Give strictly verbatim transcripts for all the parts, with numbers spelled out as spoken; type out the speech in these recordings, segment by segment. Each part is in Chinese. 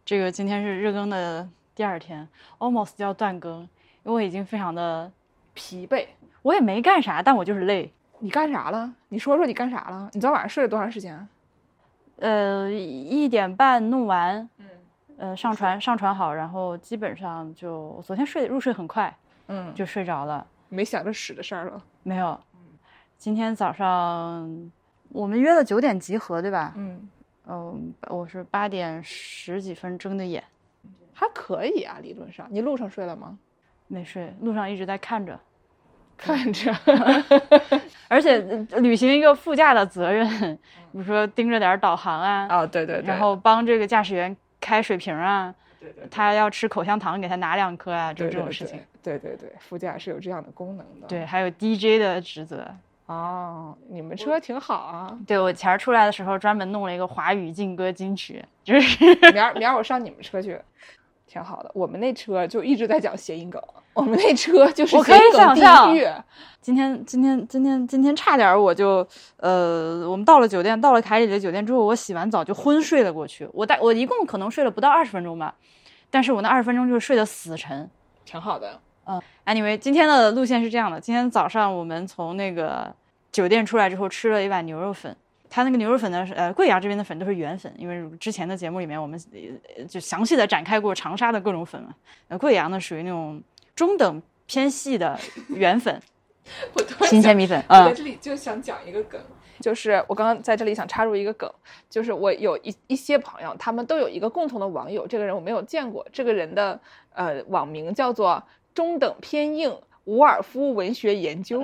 这个今天是日更的第二天 almost 要断更，因为我已经非常的疲惫。 我也没干啥，但我就是累。 你干啥了？你说说你干啥了？你昨晚上睡了多长时间？ 呃，一点半弄完， 嗯， 呃，上传上传好，然后基本上就昨天睡入睡很快， 嗯， 就睡着了， 没想着屎的事儿了。 没有。今天早上我们约了九点集合，对吧？ 嗯， 嗯、呃，我是八点十几分睁的眼， 还可以啊，理论上。你路上睡了吗？ 没睡，路上一直在看着。 看着， 而且履行一个副驾的责任，比如说盯着点导航啊， 啊、哦，对对对， 然后帮这个驾驶员开水瓶啊， 对 对, 对， 他要吃口香糖，给他拿两颗啊，就这种事情。 对对 对, 对, 对，副驾是有这样的功能的。 对，还有 D J 的职责。 哦，你们车挺好啊。 对，我前儿出来的时候专门弄了一个华语劲歌金曲，就是明儿明儿我上你们车去。挺好的，我们那车就一直在讲谐音梗，我们那车就是谐音梗地狱。 今天今天今天今天差点我就呃，我们到了酒店，到了凯里的酒店之后，我洗完澡就昏睡了过去。我大我一共可能睡了不到二十分钟吧，但是我那二十分钟就睡得死沉， 挺好的。 嗯 ，anyway， 今天的路线是这样的：今天早上我们从那个酒店出来之后，吃了一碗牛肉粉。它那个牛肉粉呢，呃，贵阳这边的粉都是圆粉，因为之前的节目里面我们就详细的展开过长沙的各种粉嘛。呃，贵阳呢属于那种中等偏细的圆粉， 我突然新鲜米粉。 嗯，我在这里就想讲一个梗，就是我刚刚在这里想插入一个梗，就是我有一一些朋友，他们都有一个共同的网友，这个人我没有见过，这个人的呃网名叫做中等偏硬伍尔夫文学研究。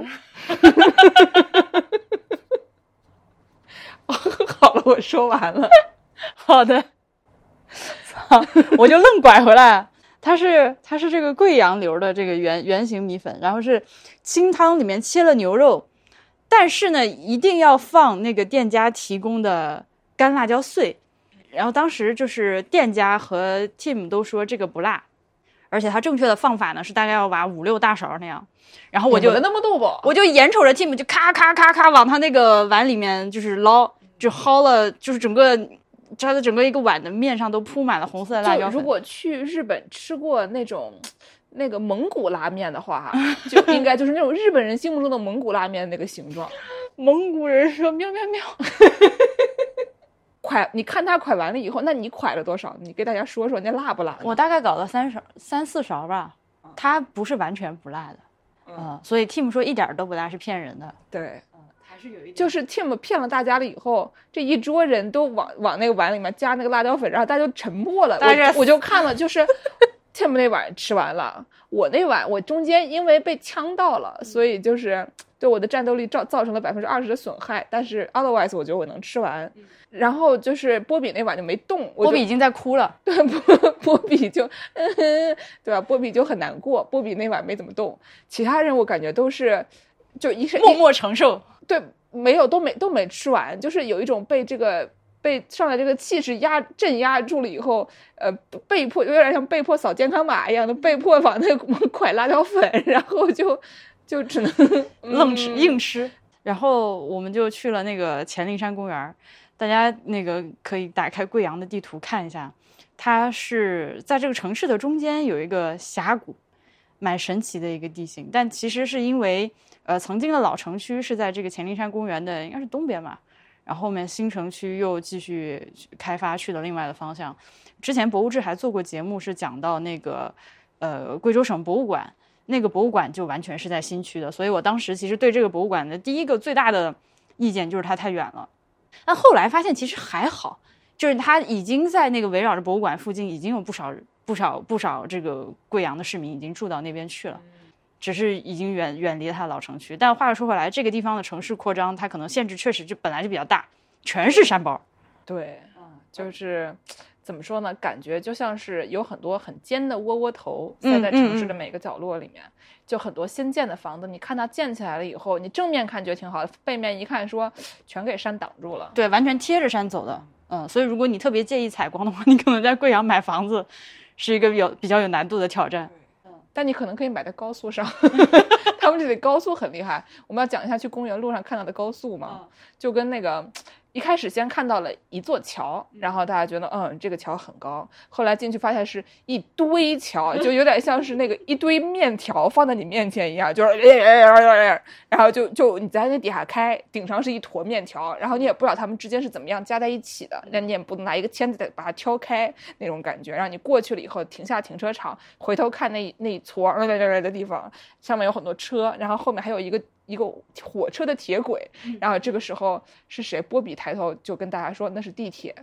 好了，我说完了。 好的，操，我就愣拐回来。它是它是这个贵阳流的这个圆圆形米粉，然后是清汤里面切了牛肉，但是呢一定要放那个店家提供的干辣椒碎。然后当时就是店家和 Tim 都说这个不辣，而且它正确的放法呢是大概要把五六大勺那样。然后我就那么多不， 我就眼瞅着 Tim 就咔咔咔咔往他那个碗里面就是捞，就薅了，就是整个他的整个一个碗的面上都铺满了红色的辣椒粉。 如果去日本吃过那种那个蒙古拉面的话，就应该就是那种日本人心目中的蒙古拉面那个形状。 蒙古人说喵喵喵。 蒯，你看他蒯完了以后，那你蒯了多少？你给大家说说那辣不辣？ 我大概搞了三勺三四勺吧，它不是完全不辣的。嗯，呃、所以 Tim 说一点都不辣是骗人的。 对， 嗯，还是有一点。 就是 Tim 骗了大家了以后，这一桌人都往往那个碗里面加那个辣椒粉，然后大家就沉默了。我我就看了，就是 Tim 那碗吃完了，我那碗我中间因为被呛到了，所以就是对我的战斗力造造成了百分之二十的损害。但是 otherwise 我觉得我能吃完。嗯，然后就是波比那碗就没动， 波比已经在哭了。 对，波波比就，嗯，对吧？波比就很难过，波比那碗没怎么动，其他人我感觉都是，就一是默默承受。 对，没有都没都没吃完，就是有一种被这个被上来这个气势压镇压住了以后，呃，被迫有点像被迫扫健康码一样的，被迫往那个蒯辣椒粉，然后就就只能愣吃、嗯、硬吃。然后我们就去了那个黔灵山公园。大家那个可以打开贵阳的地图看一下，它是在这个城市的中间有一个峡谷，蛮神奇的一个地形。但其实是因为呃曾经的老城区是在这个黔灵山公园的应该是东边吧，然后后面新城区又继续开发去了另外的方向。之前博物志还做过节目是讲到那个呃贵州省博物馆，那个博物馆就完全是在新区的，所以我当时其实对这个博物馆的第一个最大的意见就是它太远了。但后来发现其实还好，就是它已经在那个围绕着博物馆附近已经有不少不少不少这个贵阳的市民已经住到那边去了，只是已经远远离了它的老城区。但话又说回来，这个地方的城市扩张它可能限制确实就本来就比较大，全是山包。 对，就是怎么说呢，感觉就像是有很多很尖的窝窝头塞在城市的每个角落里面。嗯嗯嗯，就很多新建的房子，你看它建起来了以后，你正面看觉得挺好的，背面一看说全给山挡住了。 对，完全贴着山走的。嗯，所以如果你特别介意采光的话，你可能在贵阳买房子是一个有比较有难度的挑战。 嗯，但你可能可以买在高速上。他们这里高速很厉害，我们要讲一下去公园路上看到的高速嘛，就跟那个一开始先看到了一座桥，然后大家觉得嗯这个桥很高，后来进去发现是一堆桥，就有点像是那个一堆面条放在你面前一样，就是然后就就你在那底下开，顶上是一坨面条，然后你也不知道他们之间是怎么样加在一起的，那你也不能拿一个签子把它挑开那种感觉，让你过去了以后停下停车场，回头看那那一撮的地方，上面有很多车，然后后面还有一个一个火车的铁轨，然后这个时候是谁？波比抬头就跟大家说那是地铁。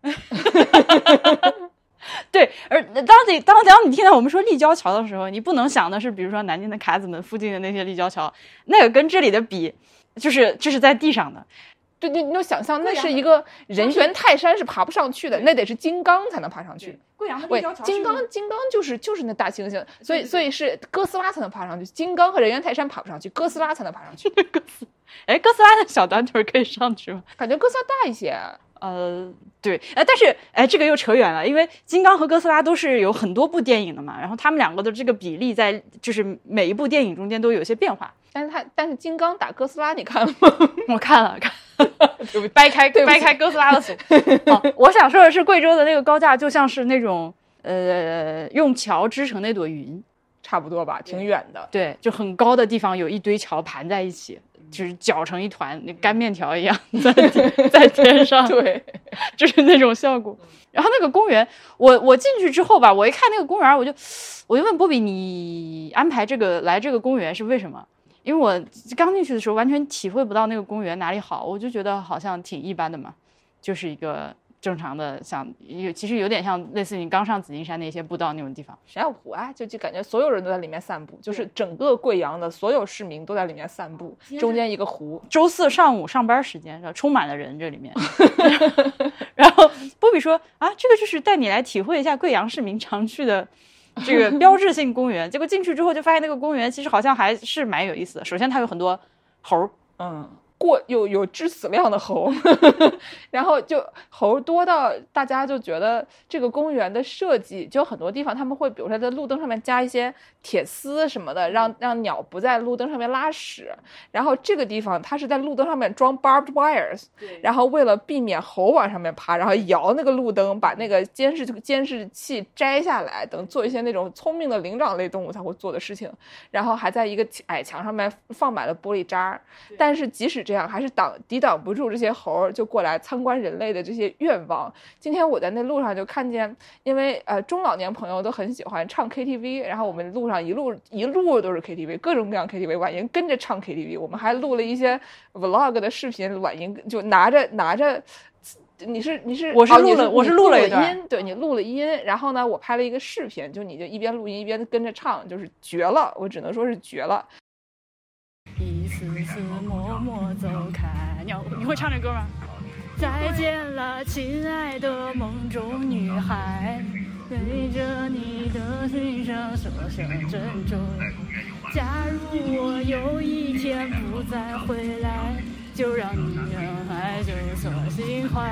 对，而当你当当你听到我们说立交桥的时候，你不能想的是比如说南京的卡子门附近的那些立交桥，那个跟这里的比就是这是在地上的。 对，你你就想象那是一个人猿泰山是爬不上去的，那得是金刚才能爬上去。 贵阳的立交桥， 金刚金刚就是就是那大猩猩，所以所以是哥斯拉才能爬上去，金刚和人猿泰山爬不上去，哥斯拉才能爬上去。 哥斯，哎，哥斯拉的小短腿可以上去吗？ 感觉哥斯拉大一些。 呃，对，哎，但是哎，这个又扯远了，因为金刚和哥斯拉都是有很多部电影的嘛，然后他们两个的这个比例在就是每一部电影中间都有一些变化。 但是他但是金刚打哥斯拉你看了吗？ 我看了看了掰开掰开哥斯拉的嘴。哦，我想说的是贵州的那个高架就像是那种呃用桥织成那朵云， 差不多吧，挺远的。 对，就很高的地方有一堆桥盘在一起，就是搅成一团，那干面条一样在在天上。 对， 就是那种效果。然后那个公园，我我进去之后吧，我一看那个公园，我就我就问波比，你安排这个来这个公园是为什么？因为我刚进去的时候完全体会不到那个公园哪里好，我就觉得好像挺一般的嘛，就是一个正常的，像有其实有点像类似于你刚上紫金山那些步道那种地方。 神药湖啊，就就感觉所有人都在里面散步，就是整个贵阳的所有市民都在里面散步，中间一个湖。 周四上午上班时间充满了人这里面。然后波比说啊，这个就是带你来体会一下贵阳市民常去的这个标志性公园。结果进去之后就发现那个公园其实好像还是蛮有意思的。首先它有很多猴， 嗯，过有有致死量的猴。然后就猴多到大家就觉得这个公园的设计就很多地方他们会比如说在路灯上面加一些铁丝什么的，让让鸟不在路灯上面拉屎。然后这个地方它是在路灯上面装 barbed wires， 然后为了避免猴往上面爬，然后摇那个路灯，把那个监视监视器摘下来，等做一些那种聪明的灵长类动物才会做的事情。然后还在一个矮墙上面放满了玻璃渣，但是即使这样还是挡抵挡不住这些猴就过来参观人类的这些愿望。今天我在那路上就看见，因为呃中老年朋友都很喜欢唱 K T V， 然后我们路上一路一路都是 K T V， 各种各样 K T V， 婉莹跟着唱 K T V， 我们还录了一些 vlog 的视频，婉莹就拿着拿着。你是你是我是录了、哦、我是录了一段音，对，你录了音，然后呢我拍了一个视频，就你就一边录音一边跟着唱，就是绝了，我只能说是绝了。 一丝丝默默走开，你你会唱这歌吗？再见了亲爱的梦中女孩，对着你的心上说声珍重，假如我有一天不再回来，就让你让爱就锁心怀。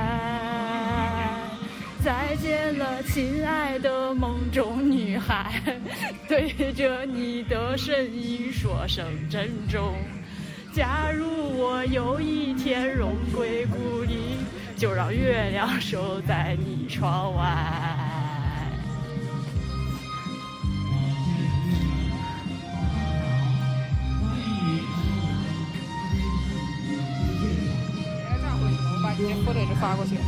再见了亲爱的梦中女孩，对着你的身影说声珍重，假如我有一天荣归故里，就让月亮守在你窗外。 直接或者是发过去。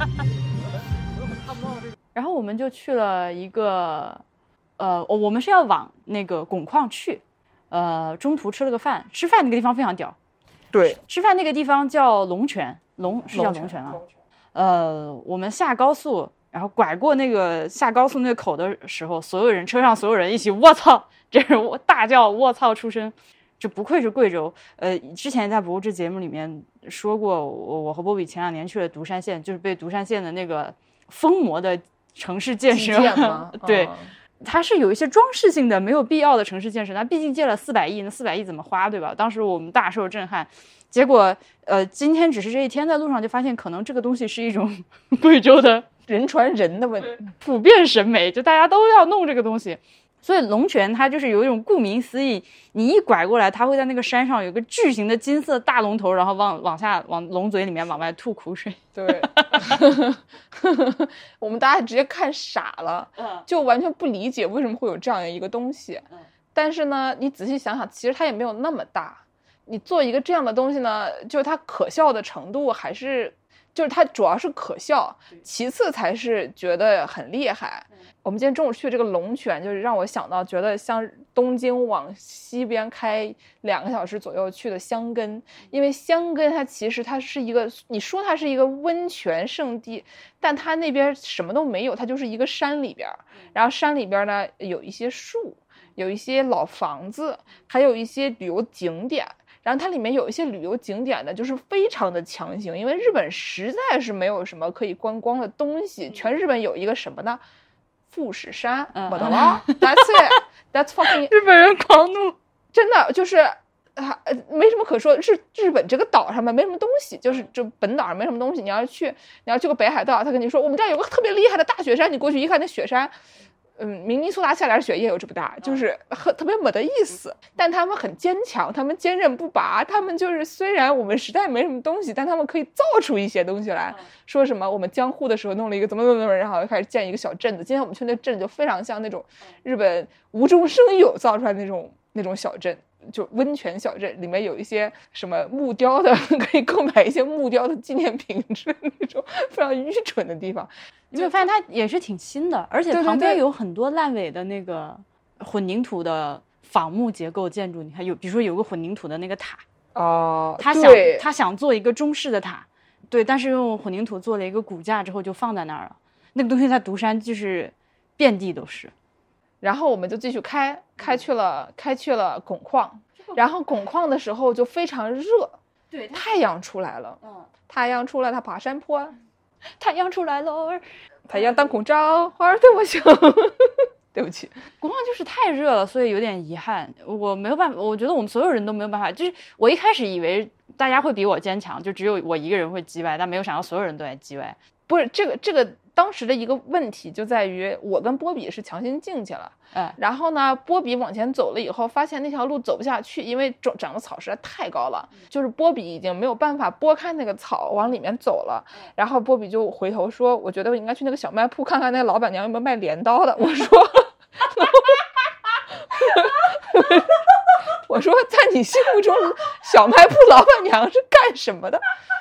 然后我们就去了一个，呃，我们是要往那个汞矿去，呃，中途吃了个饭，吃饭那个地方非常屌。 对， 吃饭那个地方叫龙泉，龙是叫龙泉啊。呃，我们下高速，然后拐过那个下高速那个口的时候，所有人车上所有人一起卧槽，这是我大叫卧槽出声。就不愧是贵州，呃，之前在博物志节目里面说过，我我和波比前两年去了独山县，就是被独山县的那个疯魔的城市建设，对，哦、它是有一些装饰性的、没有必要的城市建设。那毕竟借了四百亿，那四百亿怎么花，对吧？当时我们大受震撼。结果，呃，今天只是这一天在路上就发现，可能这个东西是一种贵州的人传人的问题， 普遍审美，就大家都要弄这个东西。 所以龙泉它就是有一种顾名思义，你一拐过来，它会在那个山上有个巨型的金色大龙头，然后往往下往龙嘴里面往外吐苦水。 对，我们大家直接看傻了，就完全不理解为什么会有这样一个东西。但是呢，你仔细想想，其实它也没有那么大。你做一个这样的东西呢，就是它可笑的程度还是，就是它主要是可笑，其次才是觉得很厉害。我们今天中午去这个龙泉，就是让我想到觉得像东京往西边开两个小时左右去的箱根，因为箱根它其实它是一个，你说它是一个温泉圣地，但它那边什么都没有，它就是一个山里边，然后山里边呢有一些树，有一些老房子，还有一些旅游景点。然后它里面有一些旅游景点呢，就是非常的强行，因为日本实在是没有什么可以观光的东西，全日本有一个什么呢？富士山，我的了 ，That's it，That's fucking 日本人狂怒， 真的就是啊，没什么可说。日日本这个岛上面没什么东西，就是就本岛上没什么东西。你要去，你要去个北海道，他跟你说我们这儿有个特别厉害的大雪山，你过去一看，那雪山。嗯，明尼苏达下点雪也有这么大，就是很特别没的意思。但他们很坚强，他们坚韧不拔，他们就是虽然我们实在没什么东西，但他们可以造出一些东西来。说什么我们江户的时候弄了一个怎么怎么怎么，然后开始建一个小镇子。今天我们去那镇就非常像那种日本无中生有造出来那种那种小镇。就温泉小镇里面有一些什么木雕的，可以购买一些木雕的纪念品之类那种非常愚蠢的地方。 你会发现它也是挺新的，而且旁边有很多烂尾的那个混凝土的仿木结构建筑。你看有，比如说有个混凝土的那个塔哦， 他想他想做一个中式的塔，对，但是用混凝土做了一个骨架之后就放在那儿了。那个东西在独山就是遍地都是。 然后我们就继续开开去了开去了汞矿，然后汞矿的时候就非常热， 对， 太阳出来了，嗯，太阳出来，它爬山坡， 太阳出来了， 太阳当空照，花儿对我笑。对不起， 汞矿就是太热了，所以有点遗憾。我没有办法，我觉得我们所有人都没有办法。就是我一开始以为大家会比我坚强，就只有我一个人会叽歪，但没有想到所有人都在叽歪。 不是这个这个当时的一个问题就在于我跟波比是强行进去了， 嗯， 然后呢波比往前走了以后发现那条路走不下去，因为长长的草实在太高了，就是波比已经没有办法拨开那个草往里面走了，然后波比就回头说我觉得我应该去那个小卖铺看看那个老板娘有没有卖镰刀的。我说我说在你心目中小卖铺老板娘是干什么的？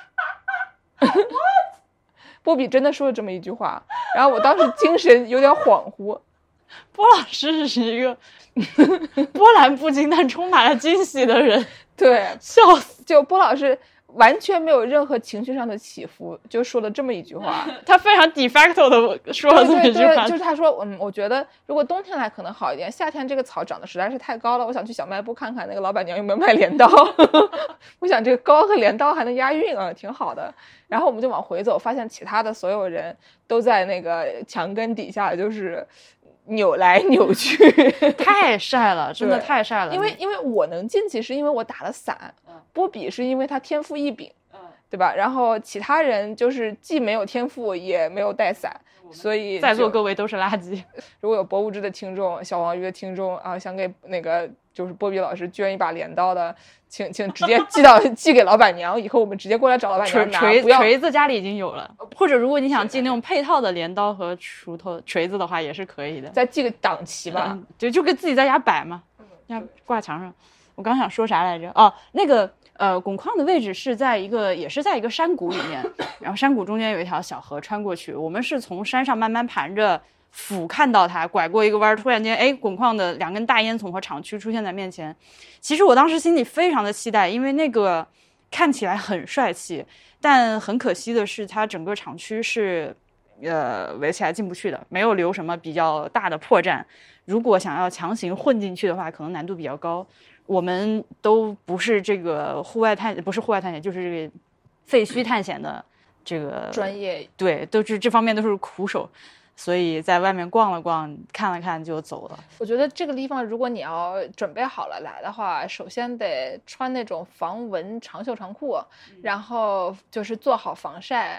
波比真的说了这么一句话，然后我当时精神有点恍惚。 波老师是一个波澜不惊但充满了惊喜的人， 对， 笑死！ 就波老师完全没有任何情绪上的起伏，就说了这么一句话。 他非常 de facto 的说了这么一句话， 就是他说，嗯，我觉得如果冬天来可能好一点，夏天这个草长得实在是太高了，我想去小卖部看看那个老板娘有没有卖镰刀。我想这个高和镰刀还能押韵啊，挺好的。然后我们就往回走，发现其他的所有人都在那个墙根底下，就是扭来扭去。 太晒了，真的太晒了。 因为因为我能进去是因为我打了伞，波比是因为他天赋异禀，对吧？然后其他人就是既没有天赋也没有带伞，所以在座各位都是垃圾。 如果有博物志的听众、小黄鱼的听众啊，想给那个就是波比老师捐一把镰刀的，请请直接寄到寄给老板娘，以后我们直接过来找老板娘拿。 锤不要锤子家里已经有了，或者如果你想寄那种配套的镰刀和锄头、锤子的话，也是可以的。 再寄个党旗吧， 嗯、对，就跟自己在家摆嘛，要挂墙上。我刚想说啥来着？哦，那个呃，汞矿的位置是在一个，也是在一个山谷里面，然后山谷中间有一条小河穿过去。我们是从山上慢慢盘着俯看到它，拐过一个弯，突然间，哎，汞矿的两根大烟囱和厂区出现在面前。其实我当时心里非常的期待，因为那个看起来很帅气，但很可惜的是，它整个厂区是呃围起来进不去的，没有留什么比较大的破绽。如果想要强行混进去的话，可能难度比较高。我们都不是这个户外探，不是户外探险，就是这个废墟探险的这个专业， 对，都是这方面都是苦手，所以在外面逛了逛，看了看就走了。 我觉得这个地方，如果你要准备好了来的话，首先得穿那种防蚊长袖长裤，然后就是做好防晒。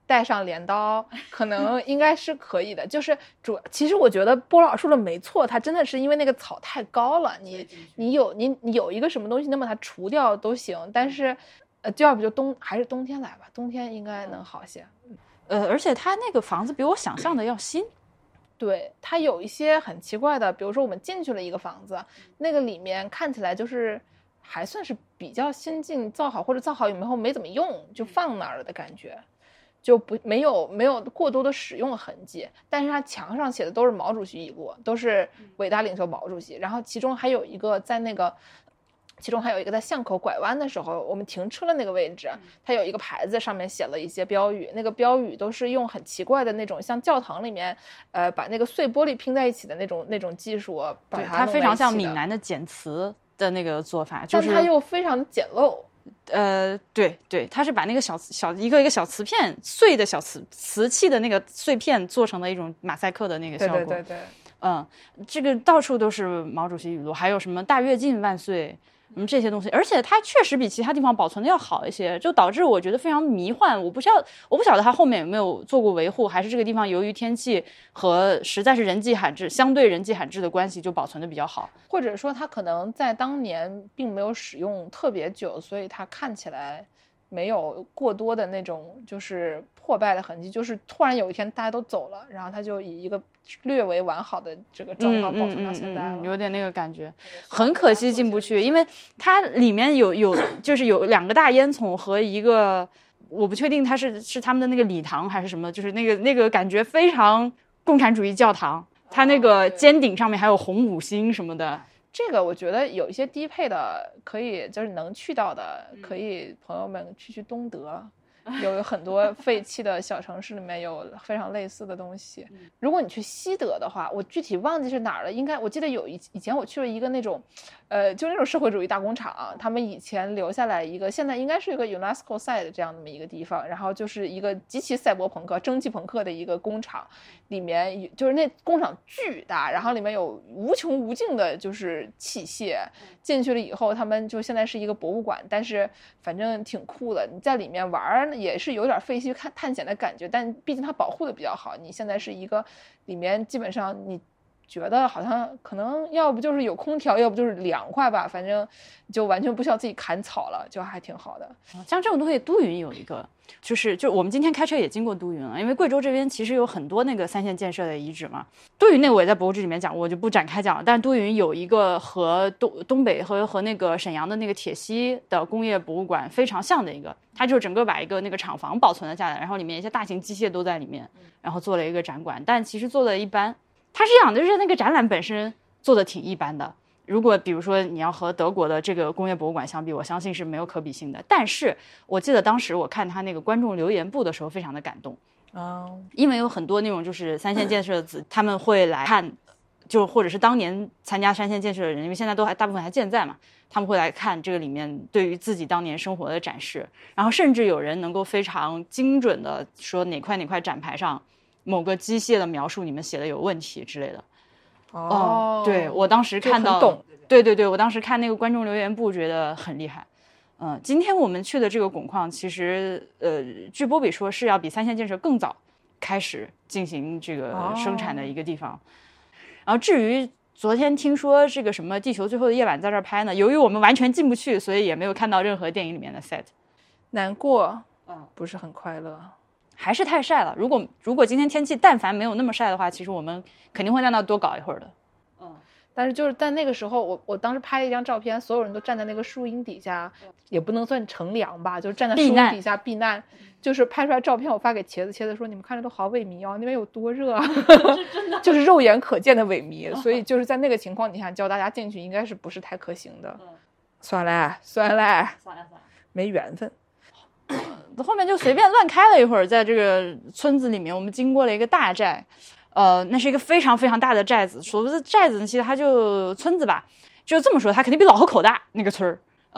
带上镰刀，可能应该是可以的。就是主，其实我觉得波老说的没错，它真的是因为那个草太高了，你你有你你有一个什么东西，那么它除掉都行。但是，呃，就要不就冬还是冬天来吧，冬天应该能好些。 呃，而且它那个房子比我想象的要新。 对，它有一些很奇怪的，比如说我们进去了一个房子，那个里面看起来就是还算是比较先进造好，或者造好以后没怎么用就放那儿了的感觉，就不没有没有过多的使用痕迹。但是它墙上写的都是毛主席语录，都是伟大领袖毛主席。然后其中还有一个在那个其中还有一个在巷口拐弯的时候，我们停车的那个位置，它有一个牌子，上面写了一些标语。那个标语都是用很奇怪的那种，像教堂里面，呃，把那个碎玻璃拼在一起的那种那种技术，把它它非常像闽南的简词的那个做法，就是但它又非常的简陋。 呃，对对，它是把那个小小一个一个小瓷片碎的小瓷瓷器的那个碎片做成了一种马赛克的那个效果。 对对对对， 嗯，这个到处都是毛主席语录，还有什么大跃进万岁。嗯，这些东西，而且它确实比其他地方保存的要好一些，就导致我觉得非常迷幻。我不晓我不晓得它后面有没有做过维护，还是这个地方由于天气和实在是人迹罕至，相对人迹罕至的关系，就保存的比较好。 或者说它可能在当年并没有使用特别久，所以它看起来没有过多的那种就是破败的痕迹，就是突然有一天大家都走了，然后它就以一个略为完好的这个状况保存到现在了。 嗯嗯嗯嗯、有点那个感觉，很可惜进不去，因为它里面有有就是有两个大烟囱和一个，我不确定它是是他们的那个礼堂还是什么，就是那个那个感觉非常共产主义教堂，它那个尖顶上面还有红五星什么的。 这个我觉得有一些低配的可以就是能去到的，可以朋友们去去东德，有很多废弃的小城市里面有非常类似的东西。如果你去西德的话，我具体忘记是哪儿了，应该我记得有一以前我去了一个那种呃就那种社会主义大工厂，他们以前留下来一个现在应该是一个 UNESCO site 这样的一个地方，然后就是一个极其赛博朋克蒸汽朋克的一个工厂，里面就是那工厂巨大，然后里面有无穷无尽的就是器械，进去了以后他们就现在是一个博物馆，但是反正挺酷的，你在里面玩也是有点废墟看探险的感觉，但毕竟它保护的比较好，你现在是一个里面基本上你觉得好像可能要不就是有空调，要不就是凉快吧，反正就完全不需要自己砍草了，就还挺好的。 像这种东西都匀有一个就是就我们今天开车也经过都匀了，因为贵州这边其实有很多那个三线建设的遗址嘛。都匀那个我也在博物志里面讲，我就不展开讲了。但是都匀有一个和东东北和和那个沈阳的那个铁西的工业博物馆非常像的一个，它就整个把一个那个厂房保存了下来，然后里面一些大型机械都在里面，然后做了一个展馆，但其实做的一般。它是这样的，就是那个展览本身做的挺一般的。如果比如说你要和德国的这个工业博物馆相比，我相信是没有可比性的。但是我记得当时我看他那个观众留言簿的时候非常的感动啊、oh. 因为有很多那种就是三线建设的子他们会来看，就或者是当年参加三线建设的人，因为现在都还大部分还健在嘛，他们会来看这个里面对于自己当年生活的展示，然后甚至有人能够非常精准的说哪块哪块展牌上某个机械的描述你们写的有问题之类的。 哦、 嗯，对，我当时看到，对对对，我当时看那个观众留言簿觉得很厉害。嗯，今天我们去的这个汞矿，其实呃，据波比说是要比三线建设更早开始进行这个生产的一个地方。哦、然后至于昨天听说这个什么《地球最后的夜晚》在这儿拍呢，由于我们完全进不去，所以也没有看到任何电影里面的 set。 难过，嗯，不是很快乐。 还是太晒了。如果如果今天天气但凡没有那么晒的话，其实我们肯定会在那多搞一会儿的。 嗯，但是就是在那个时候，我我当时拍了一张照片，所有人都站在那个树荫底下，也不能算乘凉吧，就是站在树荫底下避难。就是拍出来照片，我发给茄子，茄子说你们看着都好萎靡哦，那边有多热啊，真的就是肉眼可见的萎靡。所以就是在那个情况底下教大家进去，应该是不是太可行的。嗯、算了算了算了算了，没缘分。 后面就随便乱开了一会儿，在这个村子里面，我们经过了一个大寨，呃，那是一个非常非常大的寨子。所谓的寨子呢，其实它就村子吧，就这么说，它肯定比老河口大那个村儿。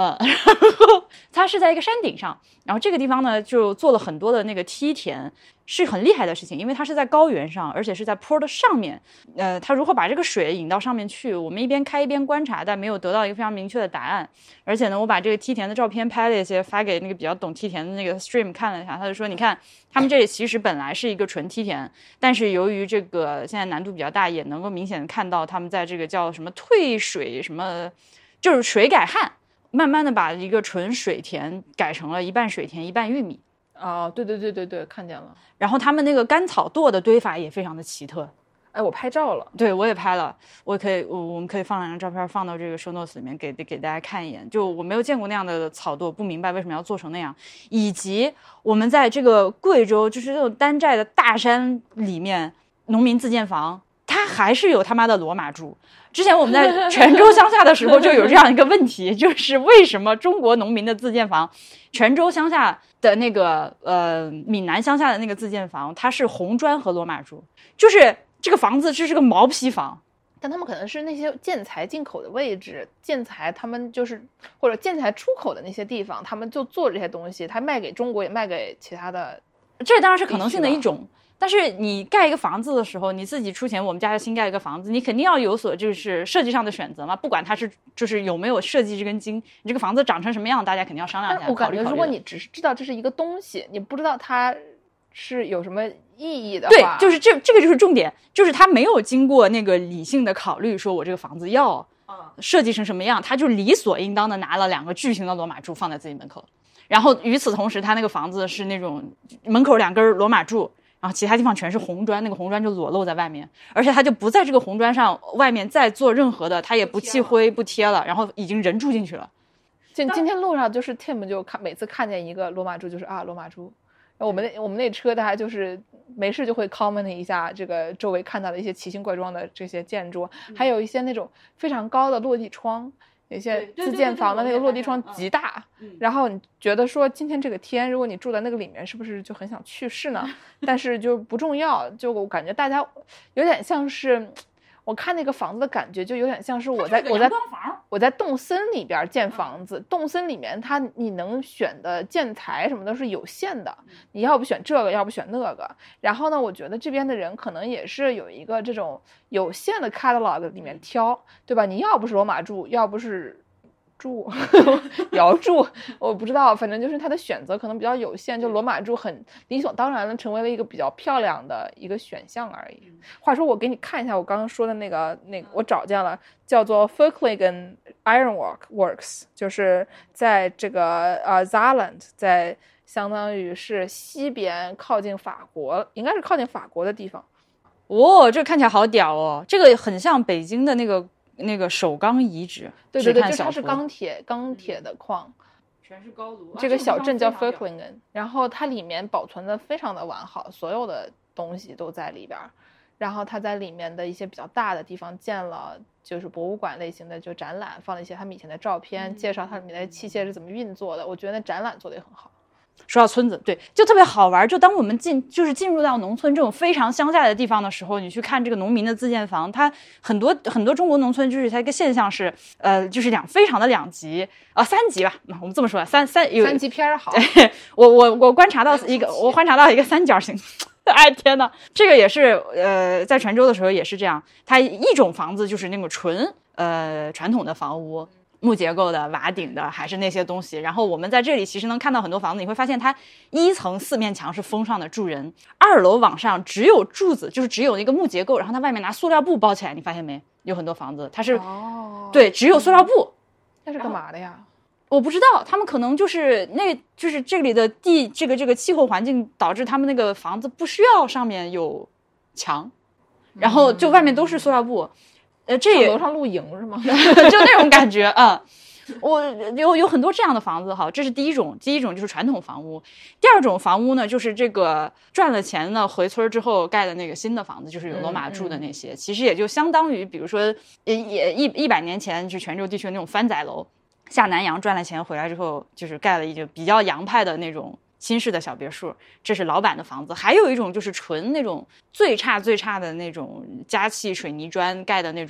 呃，然后它是在一个山顶上，然后这个地方呢就做了很多的那个梯田，是很厉害的事情，因为它是在高原上，而且是在坡的上面。呃，它如何把这个水引到上面去，我们一边开一边观察，但没有得到一个非常明确的答案。而且呢，我把这个梯田的照片拍了一些，发给那个比较懂梯田的那个 stream 看了一下，他就说，你看他们这里其实本来是一个纯梯田，但是由于这个现在难度比较大，也能够明显的看到他们在这个叫什么退水什么，就是水改旱，慢慢的把一个纯水田改成了一半水田一半玉米。 哦，对对对对对，看见了。 然后他们那个干草垛的堆法也非常的奇特。 哎，我拍照了。 对，我也拍了，我可以，我我们可以放两张照片放到这个 show notes 里面给给大家看一眼。就我没有见过那样的草垛，不明白为什么要做成那样。以及我们在这个贵州，就是这种丹寨的大山里面，农民自建房，它还是有他妈的罗马柱。之前我们在泉州乡下的时候就有这样一个问题，就是为什么中国农民的自建房，泉州乡下的那个呃闽南乡下的那个自建房，它是红砖和罗马柱，就是这个房子这是个毛坯房。 但他们可能是那些建材进口的位置，建材他们就是或者建材出口的那些地方，他们就做这些东西，他卖给中国也卖给其他的， 这当然是可能性的一种。但是你盖一个房子的时候，你自己出钱，我们家要新盖一个房子，你肯定要有所就是设计上的选择嘛，不管它是就是有没有设计这根筋，你这个房子长成什么样，大家肯定要商量一下。 我感觉如果你只是知道这是一个东西，你不知道它是有什么意义的话， 对，就是这这个就是重点，就是他没有经过那个理性的考虑，说我这个房子要设计成什么样，他就理所应当的拿了两个巨型的罗马柱放在自己门口，然后与此同时，他那个房子是那种门口两根罗马柱。然后其他地方全是红砖，那个红砖就裸露在外面，而且他就不在这个红砖上外面再做任何的，他也不砌灰不贴了，然后已经人住进去了。 今今天路上就是 Tim 就看每次看见一个罗马柱就是啊罗马柱，我们那我们那车大家就是没事就会 comment 一下这个周围看到的一些奇形怪状的这些建筑，嗯、还有一些那种非常高的落地窗。有些自建房的那个落地窗极大，然后你觉得说今天这个天，如果你住在那个里面，是不是就很想去世呢？但是就不重要，就我感觉大家有点像是，我看那个房子的感觉，就有点像是我在我在我在动森里边建房子，动森里面它你能选的建材什么都是有限的，你要不选这个，要不选那个。然后呢，我觉得这边的人可能也是有一个这种有限的 catalog 里面挑，对吧？你要不是罗马柱，要不是柱瑶柱，我不知道，反正就是它的选择可能比较有限，就罗马柱很理所当然的成为了一个比较漂亮的一个选项而已。话说我给你看一下我刚刚说的那个那个我找见了，叫做 Verkligen Ironwork Works， 就是在这个呃 Saarland， 在相当于是西边靠近法国，应该是靠近法国的地方。 哦，这看起来好屌哦，这个很像北京的那个那个首钢遗址。 对对对，就它是钢铁钢铁的矿， 全是高炉。 这个小镇叫 Verkligen， 然后它里面保存的非常的完好，所有的东西都在里边。然后它在里面的一些比较大的地方建了就是博物馆类型的就展览，放了一些他们以前的照片，嗯、介绍它里面的器械是怎么运作的。我觉得那展览做得也很好。 说到村子，对，就特别好玩。就当我们进，就是进入到农村这种非常乡下的地方的时候，你去看这个农民的自建房，它很多很多中国农村就是它一个现象是，呃，就是两非常的两极啊、呃，三极吧，我们这么说，三三有三级片好。 我我我观察到一个，我观察到一个三角形。哎天哪，这个也是呃，在泉州的时候也是这样。它一种房子就是那种纯呃传统的房屋。木结构的瓦顶的还是那些东西，然后我们在这里其实能看到很多房子，你会发现它一层四面墙是封上的住人，二楼往上只有柱子，就是只有一个木结构，然后它外面拿塑料布包起来，你发现没有很多房子它是、哦、对只有塑料布。 那是干嘛的呀？ 我不知道，他们可能就是那就是这里的地这个这个气候环境导致他们那个房子不需要上面有墙，然后就外面都是塑料布。呃，这也楼上露营是吗？ 就那种感觉，嗯，我有有很多这样的房子，好，这是第一种，第一种就是传统房屋。第二种房屋呢，就是这个赚了钱呢回村之后盖的那个新的房子，就是有罗马柱的那些，嗯嗯、其实也就相当于，比如说，也一一百年前就泉州地区的那种番仔楼，下南洋赚了钱回来之后，就是盖了一个比较洋派的那种。新式的小别墅，这是老板的房子。还有一种就是纯那种最差最差的那种加气水泥砖盖的那种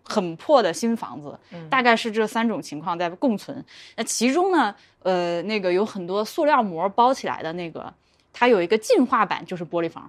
很破的新房子，大概是这三种情况在共存。那其中呢，呃，那个有很多塑料膜包起来的那个，它有一个进化版，就是玻璃房。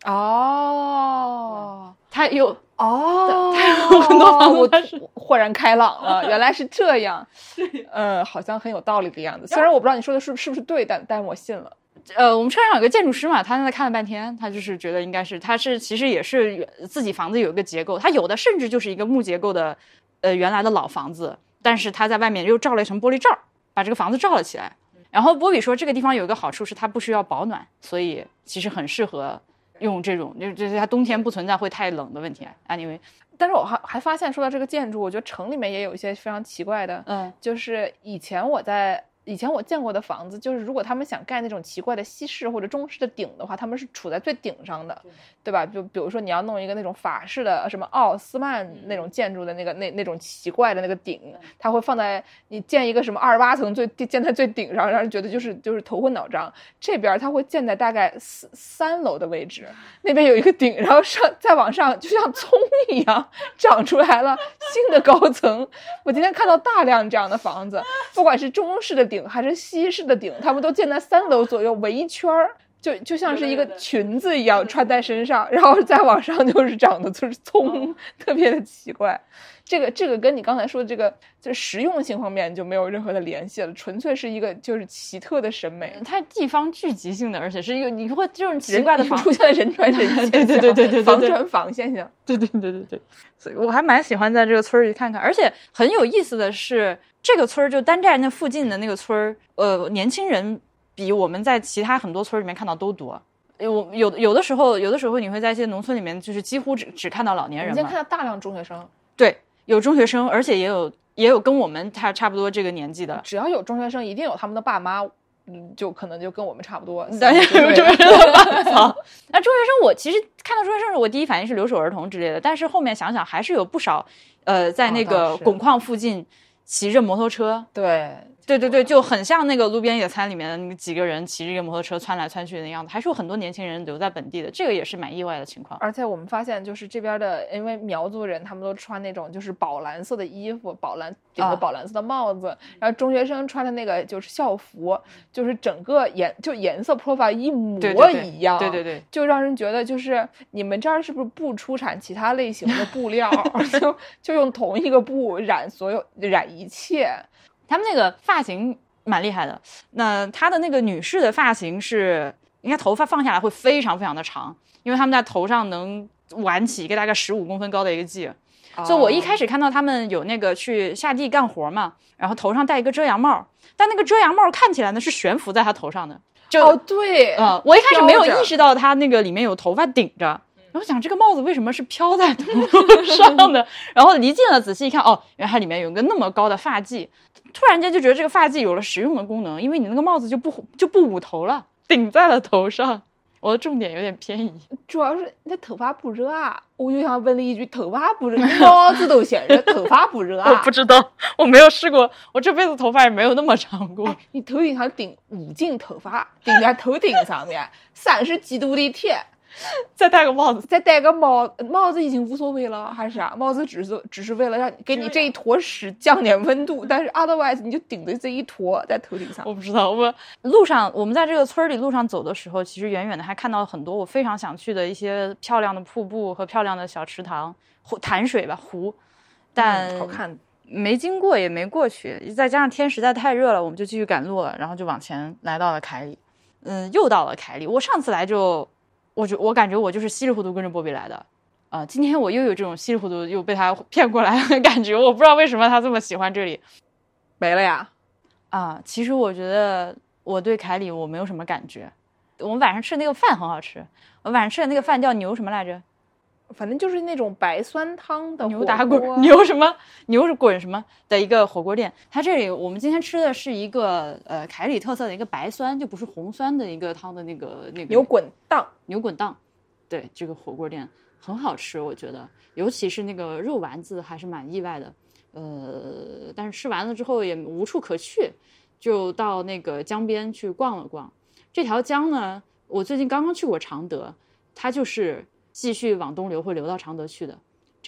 哦， 它有哦， 它有很多房子，它是豁然开朗了，原来是这样。嗯，好像很有道理的样子。虽然我不知道你说的是是不是对，但但我信了。 呃，我们车上有个建筑师嘛，他在那看了半天，他就是觉得应该是，他是其实也是自己房子有一个结构，他有的甚至就是一个木结构的，呃，原来的老房子，但是他在外面又罩了一层玻璃罩，把这个房子罩了起来。然后波比说，这个地方有一个好处是它不需要保暖，所以其实很适合用这种，就是它冬天不存在会太冷的问题。anyway， 但是我还还发现，说到这个建筑，我觉得城里面也有一些非常奇怪的， 嗯， 就是以前我在。以前我见过的房子，就是如果他们想盖那种奇怪的西式或者中式的顶的话，他们是处在最顶上的， 对, 对吧？就比如说你要弄一个那种法式的什么奥斯曼那种建筑的那个那那种奇怪的那个顶，它会放在你建一个什么二十八层最建在最顶上，让人觉得就是就是头昏脑胀。这边它会建在大概四三楼的位置，那边有一个顶，然后上再往上就像葱一样长出来了新的高层。我今天看到大量这样的房子，不管是中式的顶还是西式的顶，他们都建在三楼左右围一圈儿，就就像是一个裙子一样穿在身上，然后再往上就是长得就是葱，特别的奇怪。这个这个跟你刚才说的这个就是实用性方面就没有任何的联系了，纯粹是一个就是奇特的审美。 它地方聚集性的，而且是一个你会这种奇怪的房出现了人传人现象， 对对对对对， 房传房现象， 对对对对对。所以我还蛮喜欢在这个村里看看，而且很有意思的是，这个村就丹寨那附近的那个村，呃，年轻人比我们在其他很多村里面看到都多。有有有的时候，有的时候你会在一些农村里面，就是几乎只只看到老年人嘛。 你今天看到大量中学生， 对，有中学生，而且也有也有跟我们差差不多这个年纪的。 只要有中学生，一定有他们的爸妈。嗯，就可能就跟我们差不多。 对，有中学生的爸妈。那中学生，我其实看到中学生时，我第一反应是留守儿童之类的，但是后面想想，还是有不少呃，在那个汞矿附近骑着摩托车。 对。 对对对，就很像那个路边野餐里面的那几个人骑着一个摩托车窜来窜去的样子，还是有很多年轻人留在本地的，这个也是蛮意外的情况。 而且我们发现，就是这边的，因为苗族人他们都穿那种就是宝蓝色的衣服，宝蓝顶着宝蓝色的帽子，啊、然后中学生穿的那个就是校服，就是整个颜就颜色 profile 一模一样， 对对 对, 对对对， 就让人觉得就是你们这儿是不是不出产其他类型的布料，就就用同一个布染所有染一切。 他们那个发型蛮厉害的，那他的那个女士的发型是，应该头发放下来会非常非常的长，因为他们在头上能挽起一个大概十五公分高的一个髻，哦、所以我一开始看到他们有那个去下地干活嘛，然后头上戴一个遮阳帽，但那个遮阳帽看起来呢是悬浮在他头上的，就哦对， 呃，我一开始没有意识到他那个里面有头发顶着。然后想这个帽子为什么是飘在头上的？然后离近了仔细一看，哦，原来它里面有一个那么高的发髻。突然间就觉得这个发髻有了实用的功能，因为你那个帽子就不就不捂头了，顶在了头上。我的重点有点偏移， 主要是你的头发不热啊！我就想问了一句：头发不热，帽子都嫌热，头发不热啊？ 我不知道，我没有试过，我这辈子头发也没有那么长过。 哎、你头顶上顶五斤头发，顶在头顶上面，三十几度的天。 再戴个帽子， 再戴个帽帽子已经无所谓了，还是啊？帽子只是只是为了让给你这一坨屎降点温度，但是 otherwise 你就顶着这一坨在头顶上。 我不知道，我路上我们在这个村里路上走的时候，其实远远的还看到很多我非常想去的一些漂亮的瀑布和漂亮的小池塘、湖潭水吧湖，但、 嗯、好看没经过也没过去，再加上天实在太热了，我们就继续赶路了，然后就往前来到了凯里，嗯，又到了凯里。我上次来就。我就我感觉我就是稀里糊涂跟着波比来的，啊、呃，今天我又有这种稀里糊涂又被他骗过来的感觉，我不知道为什么他这么喜欢这里。 没了呀？ 啊，其实我觉得我对凯里我没有什么感觉。我们晚上吃的那个饭很好吃，我晚上吃的那个饭叫牛什么来着？ 反正就是那种白酸汤的牛打滚牛什么牛是滚什么的一个火锅店。它这里我们今天吃的是一个呃凯里特色的一个白酸，就不是红酸的一个汤的那个那个牛滚档牛滚档。对，这个火锅店很好吃，我觉得，尤其是那个肉丸子还是蛮意外的。呃，但是吃完了之后也无处可去，就到那个江边去逛了逛。这条江呢，我最近刚刚去过常德，它就是继续往东流会流到常德去的。